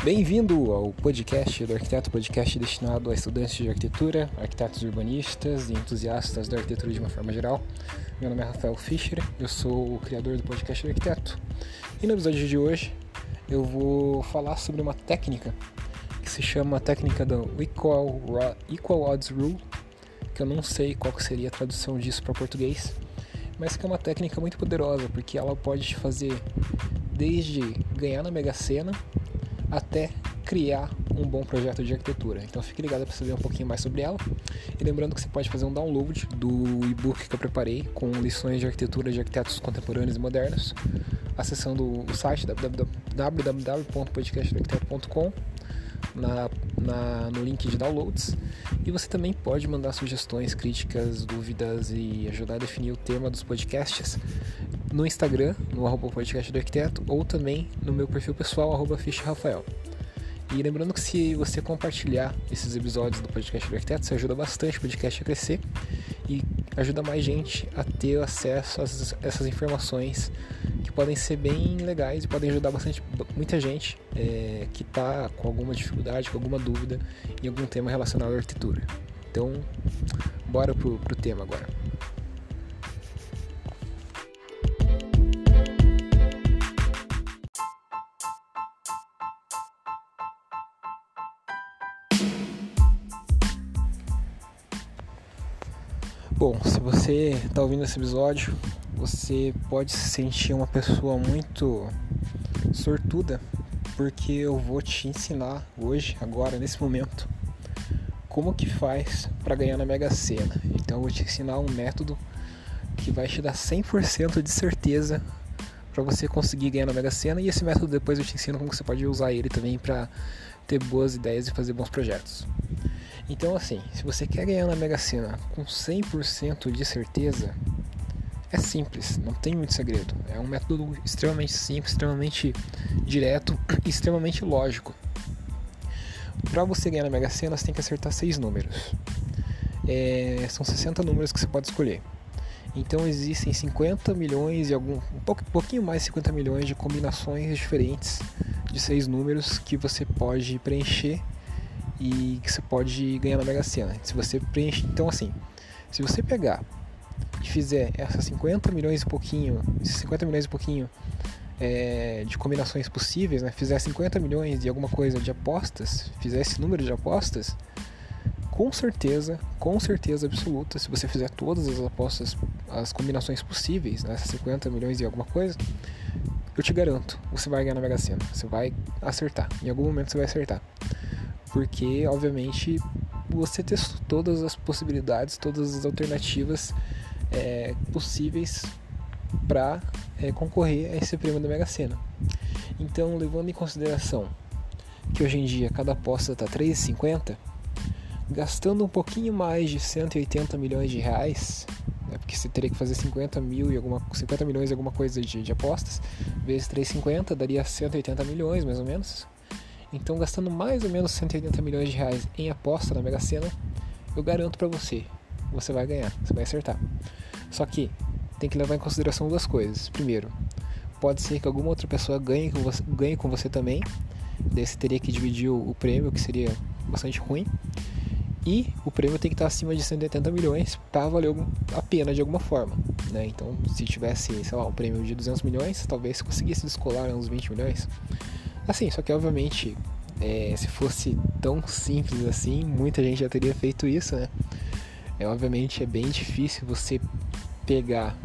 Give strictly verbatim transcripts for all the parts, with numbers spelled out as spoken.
Bem-vindo ao podcast do Arquiteto, podcast destinado a estudantes de arquitetura, arquitetos urbanistas e entusiastas da arquitetura de uma forma geral. Meu nome é Rafael Fischer, eu sou o criador do podcast do Arquiteto. E no episódio de hoje eu vou falar sobre uma técnica que se chama a técnica do Equal, Equal Odds Rule, que eu não sei qual seria a tradução disso para português, mas que é uma técnica muito poderosa, porque ela pode te fazer desde ganhar na Mega Sena até criar um bom projeto de arquitetura. Então fique ligado para saber um pouquinho mais sobre ela. E lembrando que você pode fazer um download do e-book que eu preparei com lições de arquitetura de arquitetos contemporâneos e modernos, acessando o site w w w ponto podcast do arquiteto ponto com na, na, no link de downloads. E você também pode mandar sugestões, críticas, dúvidas e ajudar a definir o tema dos podcasts no Instagram, no arroba podcast do arquiteto, ou também no meu perfil pessoal, arroba fischerrafael. E lembrando que se você compartilhar esses episódios do podcast do arquiteto, você ajuda bastante o podcast a crescer e ajuda mais gente a ter acesso a essas, essas informações que podem ser bem legais e podem ajudar bastante muita gente é, que está com alguma dificuldade, com alguma dúvida em algum tema relacionado à arquitetura. Então, bora pro, pro tema agora. Bom, se você está ouvindo esse episódio, você pode se sentir uma pessoa muito sortuda, porque eu vou te ensinar hoje, agora, nesse momento, como que faz para ganhar na Mega Sena. Então eu vou te ensinar um método que vai te dar cem por cento de certeza para você conseguir ganhar na Mega Sena, e esse método depois eu te ensino como você pode usar ele também para ter boas ideias e fazer bons projetos. Então assim, se você quer ganhar na Mega Sena com cem por cento de certeza, é simples, não tem muito segredo. É um método extremamente simples, extremamente direto e extremamente lógico. Para você ganhar na Mega Sena, você tem que acertar seis números. É, são sessenta números que você pode escolher. Então existem cinquenta milhões e algum, um pouco, pouquinho mais de cinquenta milhões de combinações diferentes de seis números que você pode preencher e que você pode ganhar na Mega Sena. Se você preenche, então assim, se você pegar e fizer essas cinquenta milhões e pouquinho, esses cinquenta milhões e pouquinho é, de combinações possíveis, né, fizer cinquenta milhões de alguma coisa de apostas, fizer esse número de apostas, com certeza, com certeza absoluta, se você fizer todas as apostas, as combinações possíveis, né, essas cinquenta milhões e alguma coisa, eu te garanto, você vai ganhar na Mega Sena, você vai acertar, em algum momento você vai acertar. Porque, obviamente, você testou todas as possibilidades, todas as alternativas é, possíveis para é, concorrer a esse prêmio da Mega Sena. Então, levando em consideração que hoje em dia cada aposta está três reais e cinquenta centavos, gastando um pouquinho mais de cento e oitenta milhões de reais, né, porque você teria que fazer cinquenta, mil e alguma, cinquenta milhões e alguma coisa de, de apostas, vezes três reais e cinquenta centavos, daria cento e oitenta milhões, mais ou menos. Então, gastando mais ou menos cento e oitenta milhões de reais em aposta na Mega Sena, eu garanto pra você, você vai ganhar, você vai acertar. Só que tem que levar em consideração duas coisas. Primeiro, pode ser que alguma outra pessoa ganhe com você, ganhe com você também, daí você teria que dividir o, o prêmio, que seria bastante ruim. E o prêmio tem que estar acima de cento e oitenta milhões para valer a pena de alguma forma, né? Então, se tivesse, sei lá, um prêmio de duzentos milhões, talvez você conseguisse descolar uns vinte milhões. Assim, só que obviamente, é, se fosse tão simples assim, muita gente já teria feito isso, né? É, obviamente é bem difícil você pegar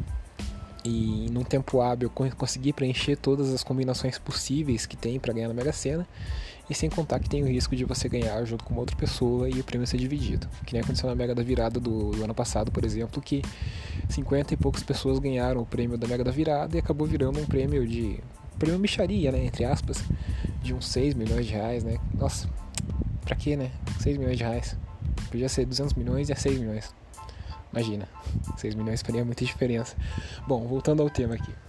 e num tempo hábil conseguir preencher todas as combinações possíveis que tem para ganhar na Mega Sena, e sem contar que tem o risco de você ganhar junto com uma outra pessoa e o prêmio ser dividido, que nem aconteceu na Mega da Virada do, do ano passado, por exemplo, que cinquenta e poucas pessoas ganharam o prêmio da Mega da Virada e acabou virando um prêmio de prêmio mixaria, né, entre aspas, de uns seis milhões de reais, né? Nossa, pra quê, né? seis milhões de reais. Podia ser duzentos milhões e é seis milhões. Imagina, seis milhões faria muita diferença. Bom, voltando ao tema aqui.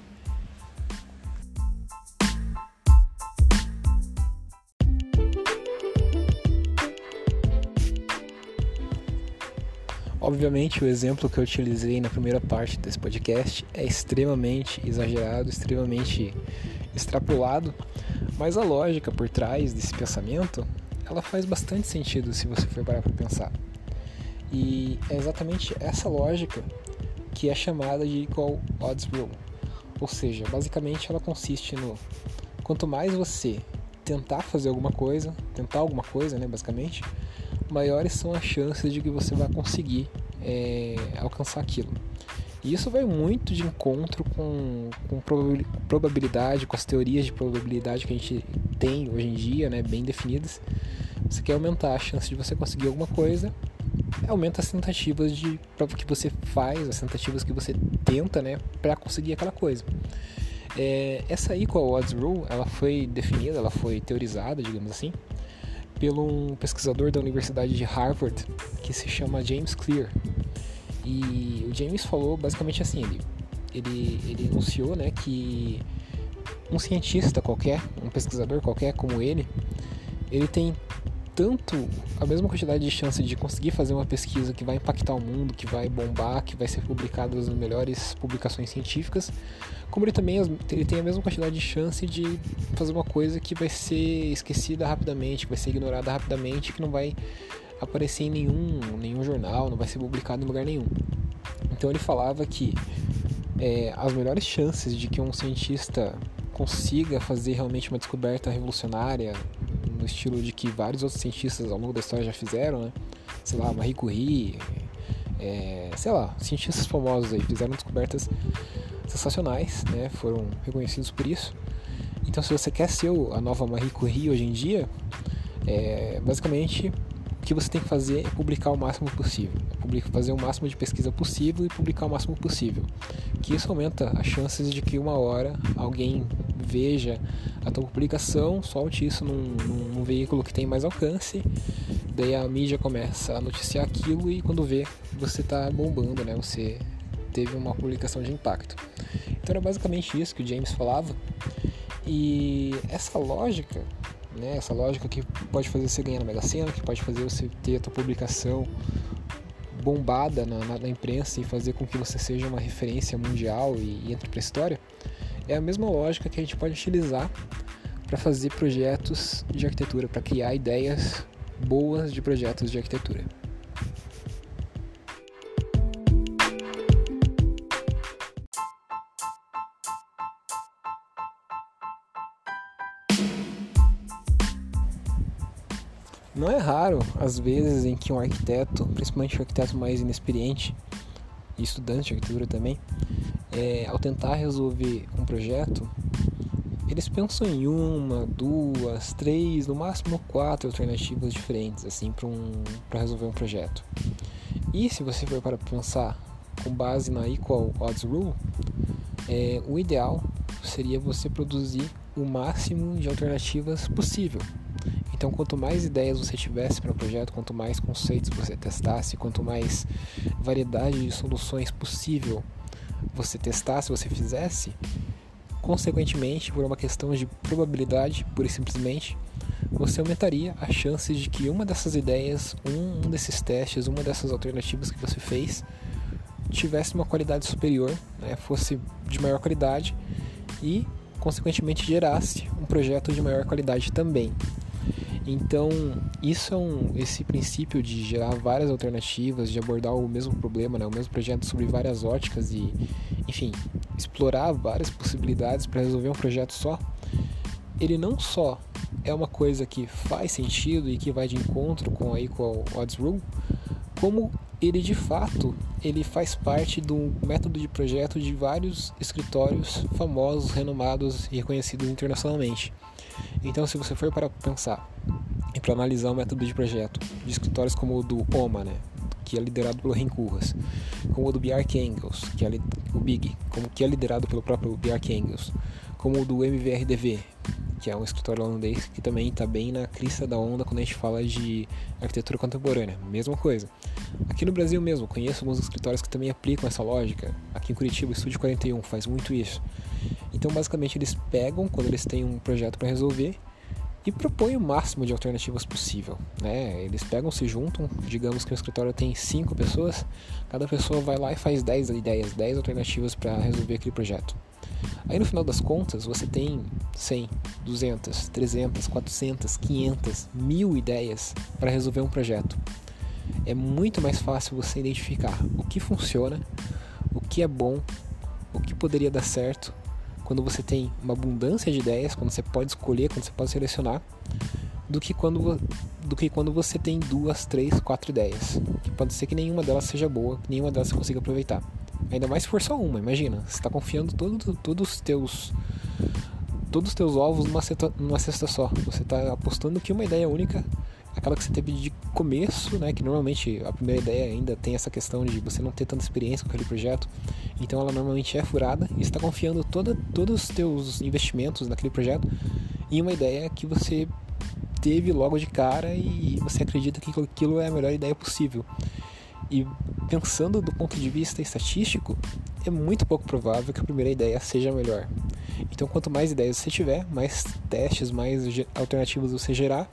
Obviamente, o exemplo que eu utilizei na primeira parte desse podcast é extremamente exagerado, extremamente extrapolado, mas a lógica por trás desse pensamento, ela faz bastante sentido se você for parar para pensar. E é exatamente essa lógica que é chamada de Equal Odds Rule. Ou seja, basicamente ela consiste no quanto mais você tentar fazer alguma coisa, tentar alguma coisa, né, basicamente, maiores são as chances de que você vai conseguir é, alcançar aquilo. E isso vai muito de encontro com, com probabilidade, com as teorias de probabilidade que a gente tem hoje em dia, né, bem definidas. Você quer aumentar a chance de você conseguir alguma coisa, aumenta as tentativas de, que você faz, as tentativas que você tenta, né, para conseguir aquela coisa. É, essa Equal Odds Rule, ela foi definida, ela foi teorizada, digamos assim, por um pesquisador da Universidade de Harvard que se chama James Clear. E o James falou basicamente assim, ele, ele, ele enunciou, né, que um cientista qualquer, um pesquisador qualquer como ele, ele tem tanto a mesma quantidade de chance de conseguir fazer uma pesquisa que vai impactar o mundo, que vai bombar, que vai ser publicada nas melhores publicações científicas, como ele também ele tem a mesma quantidade de chance de fazer uma coisa que vai ser esquecida rapidamente, que vai ser ignorada rapidamente, que não vai aparecer em nenhum, nenhum jornal, não vai ser publicado em lugar nenhum. Então ele falava que é, as melhores chances de que um cientista consiga fazer realmente uma descoberta revolucionária, no estilo de que vários outros cientistas ao longo da história já fizeram, né? Sei lá, Marie Curie, é, sei lá, cientistas famosos aí fizeram descobertas sensacionais, né? Foram reconhecidos por isso. Então, se você quer ser a nova Marie Curie hoje em dia, é, basicamente o que você tem que fazer é publicar o máximo possível, é fazer o máximo de pesquisa possível e publicar o máximo possível, que isso aumenta as chances de que uma hora alguém veja a tua publicação, solte isso num, num, num veículo que tem mais alcance, daí a mídia começa a noticiar aquilo e quando vê, você está bombando, né? Você teve uma publicação de impacto. Então era basicamente isso que o James falava, e essa lógica, né, essa lógica que pode fazer você ganhar na Mega Sena, que pode fazer você ter a tua publicação bombada na, na, na imprensa e fazer com que você seja uma referência mundial e, e entre para a história, é a mesma lógica que a gente pode utilizar para fazer projetos de arquitetura, para criar ideias boas de projetos de arquitetura. Não é raro, às vezes, em que um arquiteto, principalmente um arquiteto mais inexperiente, e estudante de arquitetura também, é, ao tentar resolver um projeto, eles pensam em uma, duas, três, no máximo quatro alternativas diferentes, assim, para um, para resolver um projeto. E se você for para pensar com base na Equal Odds Rule, é, o ideal seria você produzir o máximo de alternativas possível. Então, quanto mais ideias você tivesse para o projeto, quanto mais conceitos você testasse, quanto mais variedade de soluções possível você testasse, você fizesse, consequentemente, por uma questão de probabilidade, pura e simplesmente, você aumentaria as chances de que uma dessas ideias, um, um desses testes, uma dessas alternativas que você fez, tivesse uma qualidade superior, né, fosse de maior qualidade e, consequentemente, gerasse um projeto de maior qualidade também. Então, isso é um, esse princípio de gerar várias alternativas, de abordar o mesmo problema, né, o mesmo projeto sobre várias óticas e, enfim, explorar várias possibilidades para resolver um projeto só, ele não só é uma coisa que faz sentido e que vai de encontro com a Equal Odds Rule, como ele de fato ele faz parte do método de projeto de vários escritórios famosos, renomados e reconhecidos internacionalmente. Então, se você for para pensar e para analisar o método de projeto de escritórios como o do OMA, né, que é liderado pelo Henk Koolhaas, como o do Bjarke Ingels, que é o Big, como que é liderado pelo próprio Bjarke Ingels, como o do M V R D V, que é um escritório holandês que também está bem na crista da onda quando a gente fala de arquitetura contemporânea, mesma coisa. Aqui no Brasil mesmo, conheço alguns escritórios que também aplicam essa lógica. Aqui em Curitiba, o Estúdio quarenta e um faz muito isso. Então, basicamente, eles pegam, quando eles têm um projeto para resolver, e propõem o máximo de alternativas possível, né? Eles pegam, se juntam, digamos que o escritório tem cinco pessoas, cada pessoa vai lá e faz dez ideias, dez alternativas para resolver aquele projeto. Aí no final das contas você tem cem, duzentas, trezentas, quatrocentas, quinhentas, mil ideias para resolver um projeto. É muito mais fácil você identificar o que funciona, o que é bom, o que poderia dar certo, quando você tem uma abundância de ideias, quando você pode escolher, quando você pode selecionar, do que quando, do que quando você tem duas, três, quatro ideias. Que pode ser que nenhuma delas seja boa, que nenhuma delas você consiga aproveitar. Ainda mais se for só uma, imagina. Você está confiando todo, todos os teus todos os teus ovos numa cesta, numa cesta só. Você está apostando que uma ideia única, aquela que você teve de começo, né, que normalmente a primeira ideia ainda tem essa questão de você não ter tanta experiência com aquele projeto, então ela normalmente é furada, e você está confiando toda, todos os teus investimentos naquele projeto em uma ideia que você teve logo de cara e você acredita que aquilo é a melhor ideia possível. E pensando do ponto de vista estatístico, é muito pouco provável que a primeira ideia seja a melhor. Então quanto mais ideias você tiver, mais testes, mais alternativas você gerar,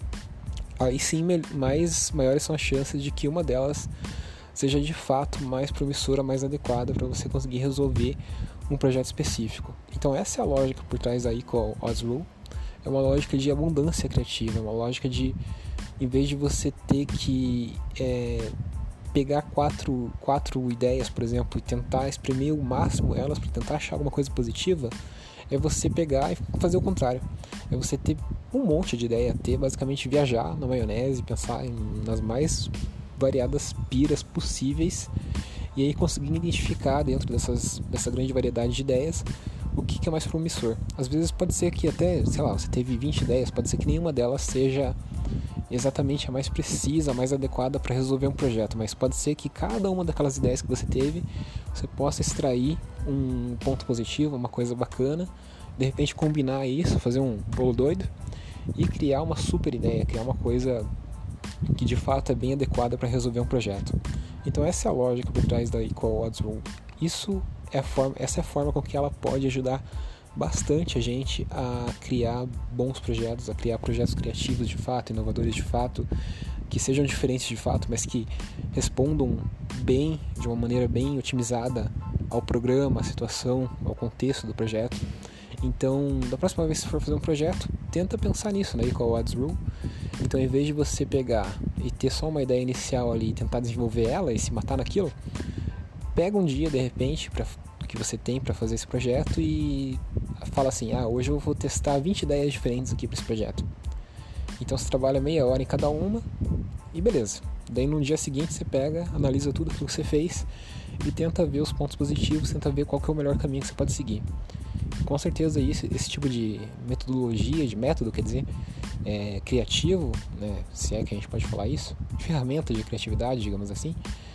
aí sim mais maiores são as chances de que uma delas seja de fato mais promissora, mais adequada para você conseguir resolver um projeto específico. Então essa é a lógica por trás da Equal Odds Rule. É uma lógica de abundância criativa, é uma lógica de, em vez de você ter que é, pegar quatro, quatro ideias, por exemplo, e tentar espremer o máximo elas para tentar achar alguma coisa positiva, é você pegar e fazer o contrário. É você ter um monte de ideia, ter basicamente viajar na maionese, pensar em, nas mais variadas piras possíveis e aí conseguir identificar dentro dessas, dessa grande variedade de ideias o que, que é mais promissor. Às vezes pode ser que até, sei lá, você teve vinte ideias, pode ser que nenhuma delas seja exatamente a mais precisa, a mais adequada para resolver um projeto, mas pode ser que cada uma daquelas ideias que você teve, você possa extrair um ponto positivo, uma coisa bacana, de repente combinar isso, fazer um bolo doido e criar uma super ideia, criar uma coisa que de fato é bem adequada para resolver um projeto. Então essa é a lógica por trás da Equal Odds Rule. Isso é a forma, essa é a forma com que ela pode ajudar bastante a gente a criar bons projetos, a criar projetos criativos de fato, inovadores de fato, que sejam diferentes de fato, mas que respondam bem, de uma maneira bem otimizada ao programa, à situação, ao contexto do projeto. Então, da próxima vez que você for fazer um projeto, tenta pensar nisso, né, Equal Odds Rule. Então, em vez de você pegar e ter só uma ideia inicial ali e tentar desenvolver ela e se matar naquilo, pega um dia, de repente, pra, que você tem para fazer esse projeto e fala assim, ah, hoje eu vou testar vinte ideias diferentes aqui para esse projeto. Então você trabalha meia hora em cada uma e beleza. Daí no dia seguinte você pega, analisa tudo aquilo que você fez e tenta ver os pontos positivos, tenta ver qual que é o melhor caminho que você pode seguir. Com certeza esse, esse tipo de metodologia, de método, quer dizer, é, criativo, né, se é que a gente pode falar isso, ferramenta de criatividade, digamos assim,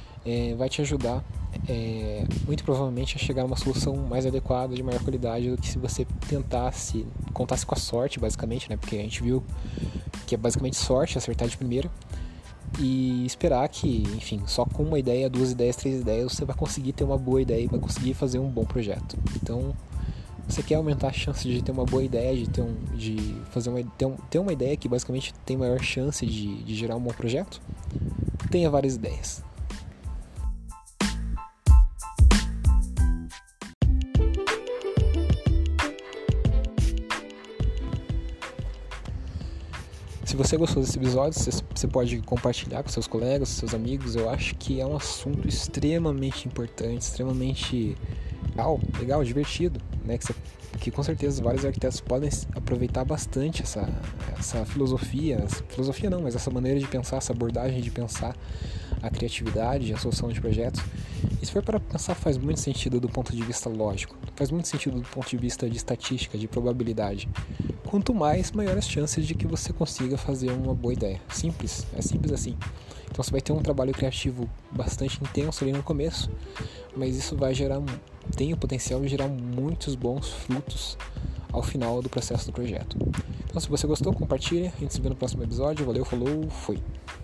é, vai te ajudar é, muito provavelmente a chegar a uma solução mais adequada, de maior qualidade do que se você tentasse, contasse com a sorte, basicamente, né, porque a gente viu que é basicamente sorte acertar de primeira e esperar que, enfim, só com uma ideia, duas ideias, três ideias você vai conseguir ter uma boa ideia e vai conseguir fazer um bom projeto. Então, você quer aumentar a chance de ter uma boa ideia, de ter, um, de fazer uma, ter, um, ter uma ideia que basicamente tem maior chance de, de gerar um bom projeto? Tenha várias ideias. Se você gostou desse episódio, você pode compartilhar com seus colegas, seus amigos. Eu acho que é um assunto extremamente importante, extremamente legal, legal divertido, né? Que, você, que com certeza vários arquitetos podem aproveitar bastante essa, essa filosofia, filosofia não, mas essa maneira de pensar, essa abordagem de pensar a criatividade, a solução de projetos. E se for para pensar, faz muito sentido do ponto de vista lógico, faz muito sentido do ponto de vista de estatística, de probabilidade. Quanto mais, maiores as chances de que você consiga fazer uma boa ideia. Simples, é simples assim. Então você vai ter um trabalho criativo bastante intenso ali no começo, mas isso vai gerar, tem o potencial de gerar muitos bons frutos ao final do processo do projeto. Então se você gostou, compartilha, a gente se vê no próximo episódio. Valeu, falou, fui!